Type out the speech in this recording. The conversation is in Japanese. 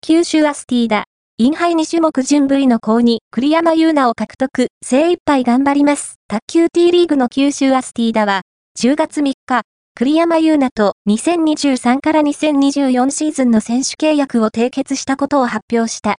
九州アスティーダ。インハイ2種目準部位の高2、栗山優奈を獲得、精一杯頑張ります。卓球 T リーグの九州アスティーダは、10月3日、栗山優奈と2023から2024シーズンの選手契約を締結したことを発表した。